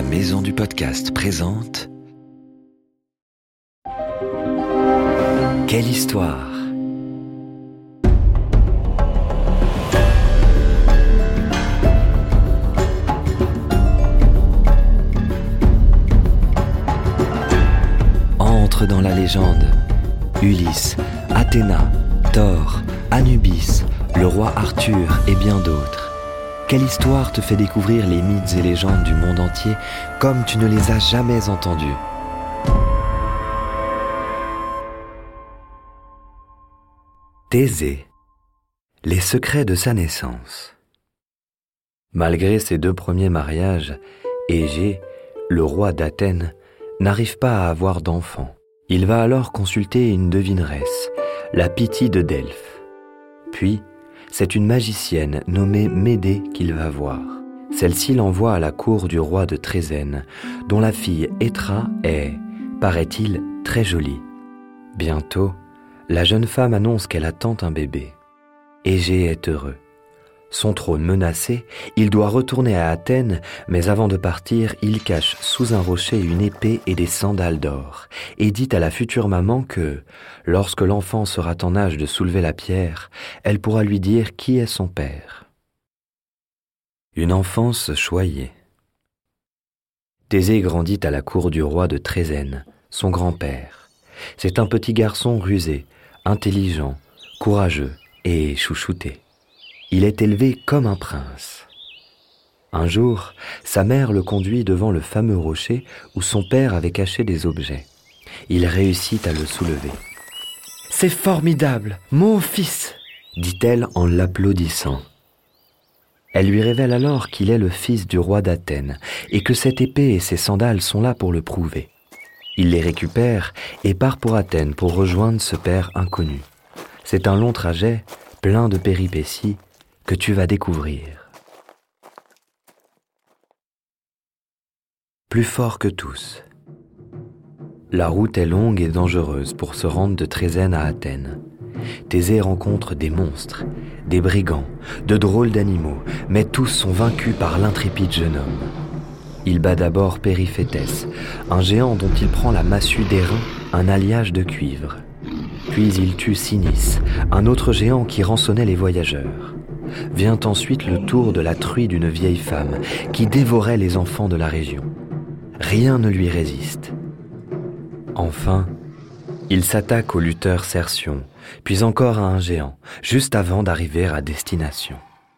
Maison du Podcast présente Quelle histoire ? Entre dans la légende. Ulysse, Athéna, Thor, Anubis, le roi Arthur et bien d'autres. Quelle histoire te fait découvrir les mythes et légendes du monde entier comme tu ne les as jamais entendus ? Thésée, les secrets de sa naissance. Malgré ses 2 premiers mariages, Égée, le roi d'Athènes, n'arrive pas à avoir d'enfant. Il va alors consulter une devineresse, la Pythie de Delphes. Puis, c'est une magicienne nommée Médée qu'il va voir. Celle-ci l'envoie à la cour du roi de Trézène, dont la fille Hétra est, paraît-il, très jolie. Bientôt, la jeune femme annonce qu'elle attend un bébé. Égée est heureux. Son trône menacé, il doit retourner à Athènes, mais avant de partir, il cache sous un rocher une épée et des sandales d'or, et dit à la future maman que, lorsque l'enfant sera en âge de soulever la pierre, elle pourra lui dire qui est son père. Une enfance choyée. Thésée grandit à la cour du roi de Trézène, son grand-père. C'est un petit garçon rusé, intelligent, courageux et chouchouté. Il est élevé comme un prince. Un jour, sa mère le conduit devant le fameux rocher où son père avait caché des objets. Il réussit à le soulever. « C'est formidable, mon fils !» dit-elle en l'applaudissant. Elle lui révèle alors qu'il est le fils du roi d'Athènes et que cette épée et ses sandales sont là pour le prouver. Il les récupère et part pour Athènes pour rejoindre ce père inconnu. C'est un long trajet, plein de péripéties, que tu vas découvrir. Plus fort que tous. La route est longue et dangereuse pour se rendre de Trézène à Athènes. Thésée rencontre des monstres, des brigands, de drôles d'animaux, mais tous sont vaincus par l'intrépide jeune homme. Il bat d'abord Périphétès, un géant dont il prend la massue d'airain, un alliage de cuivre. Puis il tue Sinis, un autre géant qui rançonnait les voyageurs. Vient ensuite le tour de la truie d'une vieille femme qui dévorait les enfants de la région. Rien ne lui résiste. Enfin, il s'attaque au lutteur Cercion, puis encore à un géant, juste avant d'arriver à destination.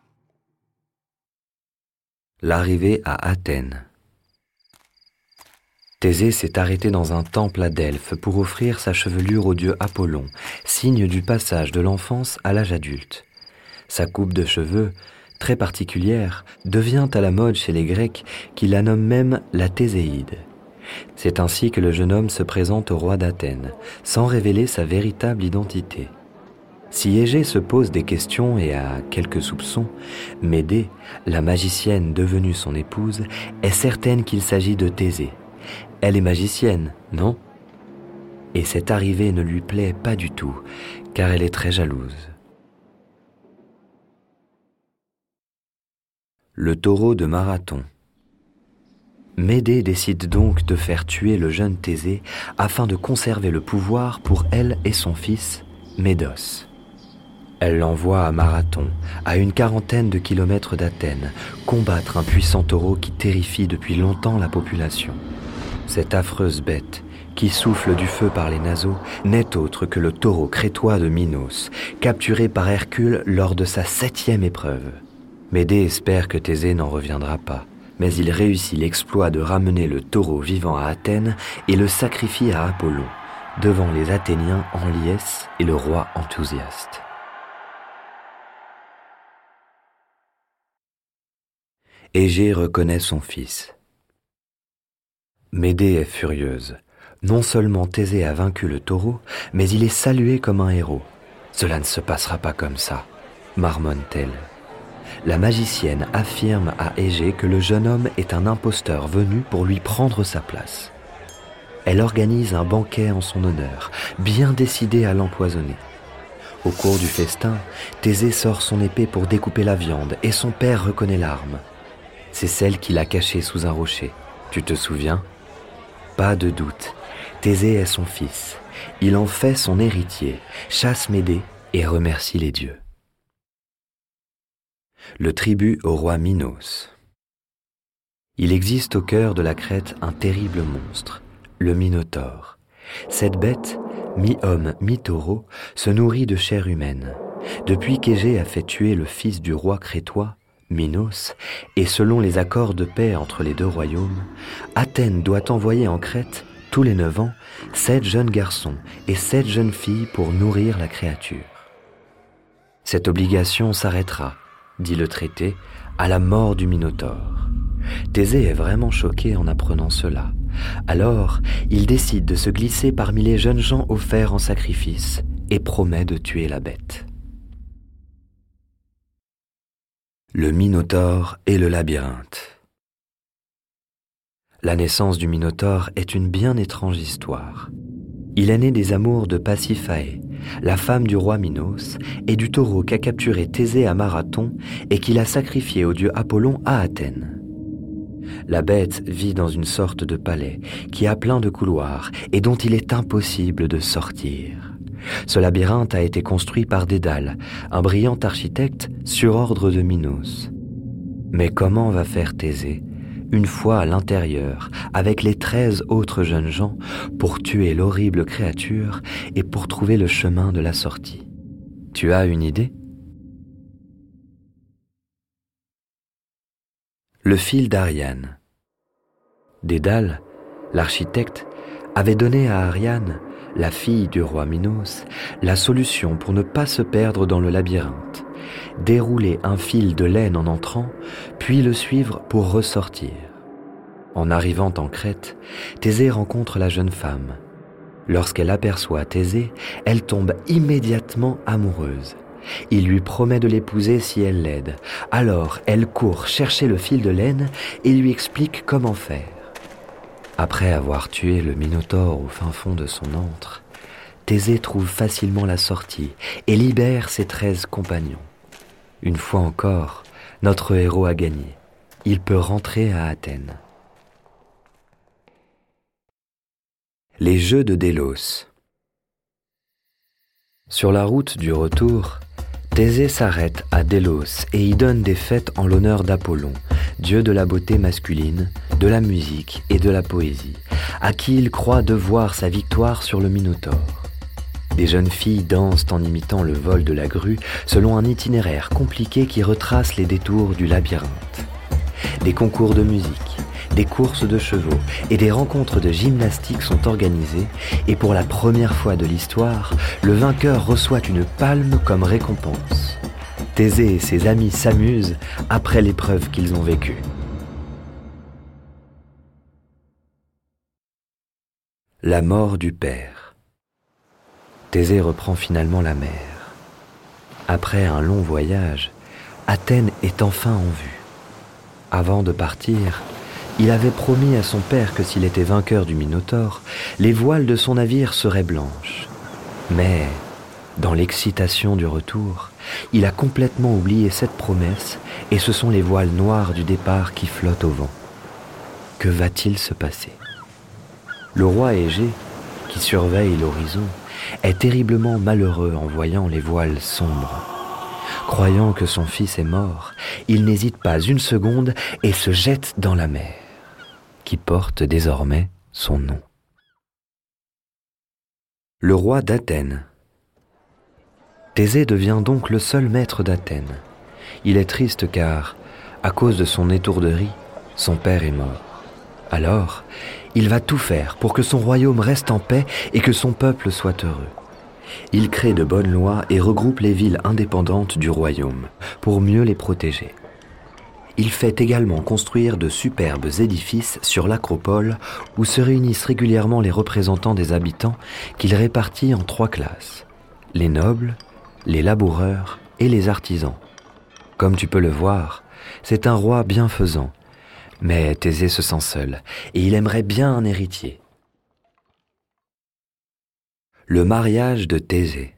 L'arrivée à Athènes. Thésée s'est arrêté dans un temple à Delphes pour offrir sa chevelure au dieu Apollon, signe du passage de l'enfance à l'âge adulte. Sa coupe de cheveux, très particulière, devient à la mode chez les Grecs qui la nomment même la Théséide. C'est ainsi que le jeune homme se présente au roi d'Athènes, sans révéler sa véritable identité. Si Égée se pose des questions et a quelques soupçons, Médée, la magicienne devenue son épouse, est certaine qu'il s'agit de Thésée. Elle est magicienne, non ? Et cette arrivée ne lui plaît pas du tout, car elle est très jalouse. Le taureau de Marathon. Médée décide donc de faire tuer le jeune Thésée afin de conserver le pouvoir pour elle et son fils, Médos. Elle l'envoie à Marathon, à une 40aine de kilomètres d'Athènes, combattre un puissant taureau qui terrifie depuis longtemps la population. Cette affreuse bête, qui souffle du feu par les naseaux, n'est autre que le taureau crétois de Minos, capturé par Hercule lors de sa 7e épreuve. Médée espère que Thésée n'en reviendra pas, mais il réussit l'exploit de ramener le taureau vivant à Athènes et le sacrifie à Apollon, devant les Athéniens en liesse et le roi enthousiaste. Égée reconnaît son fils. Médée est furieuse. Non seulement Thésée a vaincu le taureau, mais il est salué comme un héros. Cela ne se passera pas comme ça, marmonne-t-elle. La magicienne affirme à Égée que le jeune homme est un imposteur venu pour lui prendre sa place. Elle organise un banquet en son honneur, bien décidée à l'empoisonner. Au cours du festin, Thésée sort son épée pour découper la viande et son père reconnaît l'arme. C'est celle qu'il a cachée sous un rocher. Tu te souviens? Pas de doute, Thésée est son fils. Il en fait son héritier, chasse Médée et remercie les dieux. Le tribut au roi Minos. Il existe au cœur de la Crète un terrible monstre, le Minotaure. Cette bête, mi-homme, mi-taureau, se nourrit de chair humaine. Depuis qu'Égée a fait tuer le fils du roi crétois, Minos, et selon les accords de paix entre les deux royaumes, Athènes doit envoyer en Crète, tous les 9 ans, 7 jeunes garçons et 7 jeunes filles pour nourrir la créature. Cette obligation s'arrêtera, dit le traité, à la mort du Minotaure. Thésée est vraiment choqué en apprenant cela. Alors, il décide de se glisser parmi les jeunes gens offerts en sacrifice et promet de tuer la bête. Le Minotaure et le labyrinthe. La naissance du Minotaure est une bien étrange histoire. Il est né des amours de Pasiphaë, la femme du roi Minos, et du taureau qu'a capturé Thésée à Marathon et qu'il a sacrifié au dieu Apollon à Athènes. La bête vit dans une sorte de palais qui a plein de couloirs et dont il est impossible de sortir. Ce labyrinthe a été construit par Dédale, un brillant architecte sur ordre de Minos. Mais comment va faire Thésée, une fois à l'intérieur, avec les 13 autres jeunes gens, pour tuer l'horrible créature et pour trouver le chemin de la sortie? Tu as une idée? Le fil d'Ariane. Dédale, l'architecte, avait donné à Ariane, la fille du roi Minos, la solution pour ne pas se perdre dans le labyrinthe. Dérouler un fil de laine en entrant, puis le suivre pour ressortir. En arrivant en Crète, Thésée rencontre la jeune femme. Lorsqu'elle aperçoit Thésée, elle tombe immédiatement amoureuse. Il lui promet de l'épouser si elle l'aide. Alors, elle court chercher le fil de laine et lui explique comment faire. Après avoir tué le Minotaure au fin fond de son antre, Thésée trouve facilement la sortie et libère ses 13 compagnons. Une fois encore, notre héros a gagné. Il peut rentrer à Athènes. Les Jeux de Délos. Sur la route du retour, Thésée s'arrête à Délos et y donne des fêtes en l'honneur d'Apollon, dieu de la beauté masculine, de la musique et de la poésie, à qui il croit devoir sa victoire sur le Minotaure. Des jeunes filles dansent en imitant le vol de la grue selon un itinéraire compliqué qui retrace les détours du labyrinthe. Des concours de musique, des courses de chevaux et des rencontres de gymnastique sont organisées et pour la première fois de l'histoire, le vainqueur reçoit une palme comme récompense. Thésée et ses amis s'amusent après l'épreuve qu'ils ont vécue. La mort du père. Thésée reprend finalement la mer. Après un long voyage, Athènes est enfin en vue. Avant de partir, il avait promis à son père que s'il était vainqueur du Minotaure, les voiles de son navire seraient blanches. Mais, dans l'excitation du retour, il a complètement oublié cette promesse et ce sont les voiles noires du départ qui flottent au vent. Que va-t-il se passer? Le roi Égée, qui surveille l'horizon, est terriblement malheureux en voyant les voiles sombres. Croyant que son fils est mort, il n'hésite pas une seconde et se jette dans la mer, qui porte désormais son nom. Le roi d'Athènes. Thésée devient donc le seul maître d'Athènes. Il est triste car, à cause de son étourderie, son père est mort. Alors, il va tout faire pour que son royaume reste en paix et que son peuple soit heureux. Il crée de bonnes lois et regroupe les villes indépendantes du royaume pour mieux les protéger. Il fait également construire de superbes édifices sur l'acropole où se réunissent régulièrement les représentants des habitants qu'il répartit en 3 classes, les nobles, les laboureurs et les artisans. Comme tu peux le voir, c'est un roi bienfaisant, mais Thésée se sent seul et il aimerait bien un héritier. Le mariage de Thésée.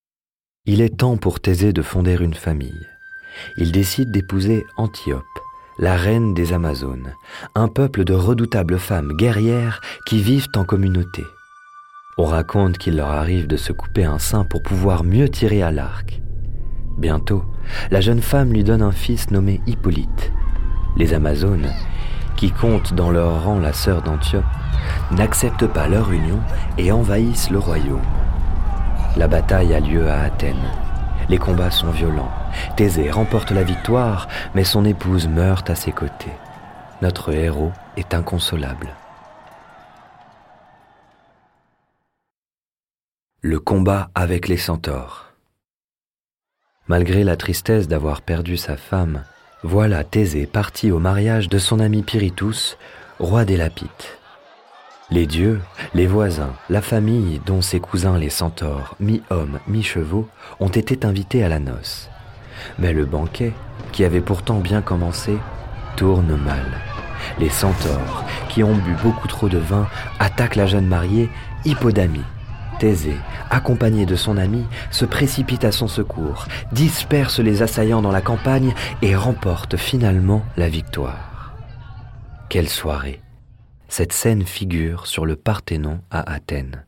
Il est temps pour Thésée de fonder une famille. Il décide d'épouser Antiope, la reine des Amazones, un peuple de redoutables femmes guerrières qui vivent en communauté. On raconte qu'il leur arrive de se couper un sein pour pouvoir mieux tirer à l'arc. Bientôt, la jeune femme lui donne un fils nommé Hippolyte. Les Amazones, qui comptent dans leur rang la sœur d'Antiope, n'acceptent pas leur union et envahissent le royaume. La bataille a lieu à Athènes. Les combats sont violents. Thésée remporte la victoire, mais son épouse meurt à ses côtés. Notre héros est inconsolable. Le combat avec les centaures. Malgré la tristesse d'avoir perdu sa femme, voilà Thésée parti au mariage de son ami Pirithous, roi des Lapites. Les dieux, les voisins, la famille dont ses cousins les centaures, mi-hommes, mi-chevaux, ont été invités à la noce. Mais le banquet, qui avait pourtant bien commencé, tourne mal. Les centaures, qui ont bu beaucoup trop de vin, attaquent la jeune mariée, Hippodamie. Thésée, accompagné de son ami, se précipite à son secours, disperse les assaillants dans la campagne et remporte finalement la victoire. Quelle soirée! Cette scène figure sur le Parthénon à Athènes.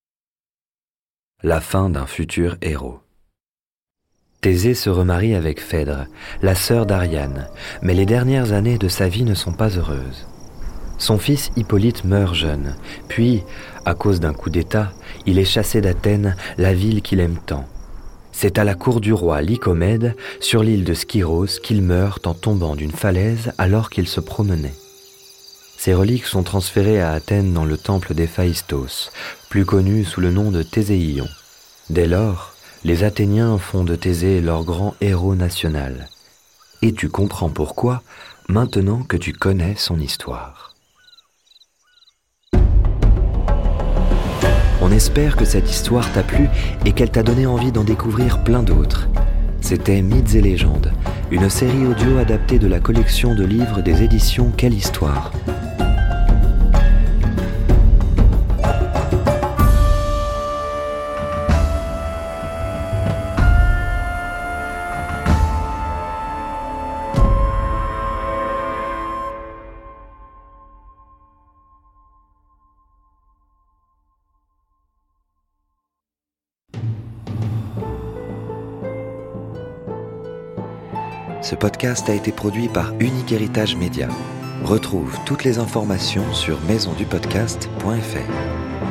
La fin d'un futur héros. Thésée se remarie avec Phèdre, la sœur d'Ariane, mais les dernières années de sa vie ne sont pas heureuses. Son fils Hippolyte meurt jeune, puis, à cause d'un coup d'État, il est chassé d'Athènes, la ville qu'il aime tant. C'est à la cour du roi Lycomède, sur l'île de Skyros, qu'il meurt en tombant d'une falaise alors qu'il se promenait. Ses reliques sont transférées à Athènes dans le temple d'Héphaïstos, plus connu sous le nom de Théséion. Dès lors, les Athéniens font de Thésée leur grand héros national. Et tu comprends pourquoi, maintenant que tu connais son histoire. On espère que cette histoire t'a plu et qu'elle t'a donné envie d'en découvrir plein d'autres. C'était Mythes et légendes, une série audio adaptée de la collection de livres des éditions Quelle Histoire. Ce podcast a été produit par Unique Héritage Média. Retrouve toutes les informations sur maisondupodcast.fr.